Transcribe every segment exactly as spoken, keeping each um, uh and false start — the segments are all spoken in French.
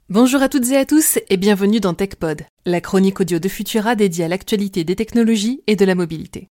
Bonjour à toutes et à tous et bienvenue dans TechPod, la chronique audio de Futura dédiée à l'actualité des technologies et de la mobilité.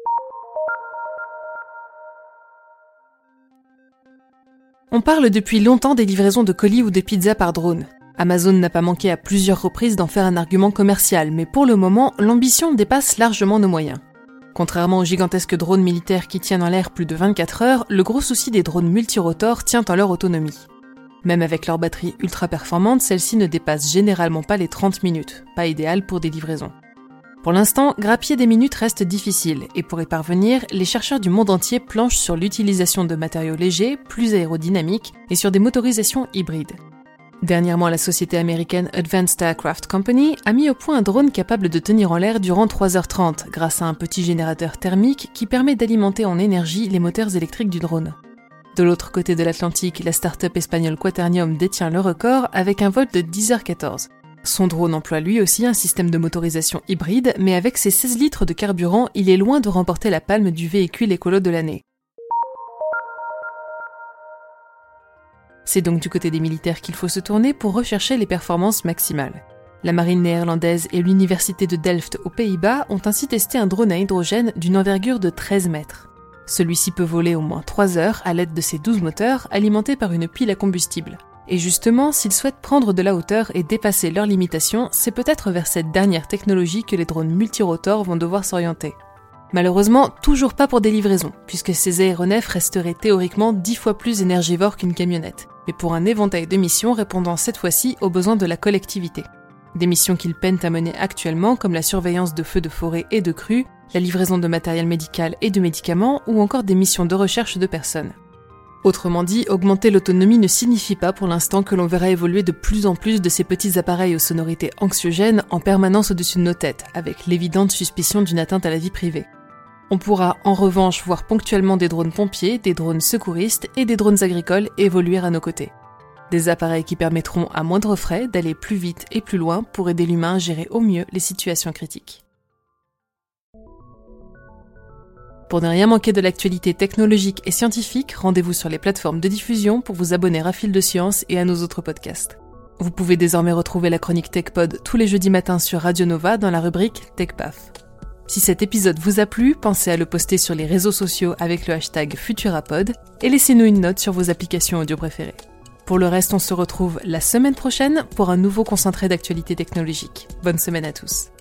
On parle depuis longtemps des livraisons de colis ou de pizzas par drone. Amazon n'a pas manqué à plusieurs reprises d'en faire un argument commercial, mais pour le moment, l'ambition dépasse largement nos moyens. Contrairement aux gigantesques drones militaires qui tiennent en l'air plus de vingt-quatre heures, le gros souci des drones multirotors tient en leur autonomie. Même avec leur batterie ultra performante, celle-ci ne dépasse généralement pas les trente minutes, pas idéal pour des livraisons. Pour l'instant, grappiller des minutes reste difficile, et pour y parvenir, les chercheurs du monde entier planchent sur l'utilisation de matériaux légers, plus aérodynamiques, et sur des motorisations hybrides. Dernièrement, la société américaine Advanced Aircraft Company a mis au point un drone capable de tenir en l'air durant trois heures trente, grâce à un petit générateur thermique qui permet d'alimenter en énergie les moteurs électriques du drone. De l'autre côté de l'Atlantique, la start-up espagnole Quaternium détient le record avec un vol de dix heures quatorze. Son drone emploie lui aussi un système de motorisation hybride, mais avec ses seize litres de carburant, il est loin de remporter la palme du véhicule écolo de l'année. C'est donc du côté des militaires qu'il faut se tourner pour rechercher les performances maximales. La marine néerlandaise et l'université de Delft aux Pays-Bas ont ainsi testé un drone à hydrogène d'une envergure de treize mètres. Celui-ci peut voler au moins trois heures à l'aide de ses douze moteurs alimentés par une pile à combustible. Et justement, s'ils souhaitent prendre de la hauteur et dépasser leurs limitations, c'est peut-être vers cette dernière technologie que les drones multirotors vont devoir s'orienter. Malheureusement, toujours pas pour des livraisons, puisque ces aéronefs resteraient théoriquement dix fois plus énergivores qu'une camionnette, mais pour un éventail de missions répondant cette fois-ci aux besoins de la collectivité. Des missions qu'ils peinent à mener actuellement, comme la surveillance de feux de forêt et de crues, la livraison de matériel médical et de médicaments, ou encore des missions de recherche de personnes. Autrement dit, augmenter l'autonomie ne signifie pas pour l'instant que l'on verra évoluer de plus en plus de ces petits appareils aux sonorités anxiogènes en permanence au-dessus de nos têtes, avec l'évidente suspicion d'une atteinte à la vie privée. On pourra en revanche voir ponctuellement des drones pompiers, des drones secouristes et des drones agricoles évoluer à nos côtés. Des appareils qui permettront à moindre frais d'aller plus vite et plus loin pour aider l'humain à gérer au mieux les situations critiques. Pour ne rien manquer de l'actualité technologique et scientifique, rendez-vous sur les plateformes de diffusion pour vous abonner à Fil de Science et à nos autres podcasts. Vous pouvez désormais retrouver la chronique TechPod tous les jeudis matins sur Radio Nova dans la rubrique TechPaf. Si cet épisode vous a plu, pensez à le poster sur les réseaux sociaux avec le hashtag FuturaPod et laissez-nous une note sur vos applications audio préférées. Pour le reste, on se retrouve la semaine prochaine pour un nouveau concentré d'actualité technologique. Bonne semaine à tous.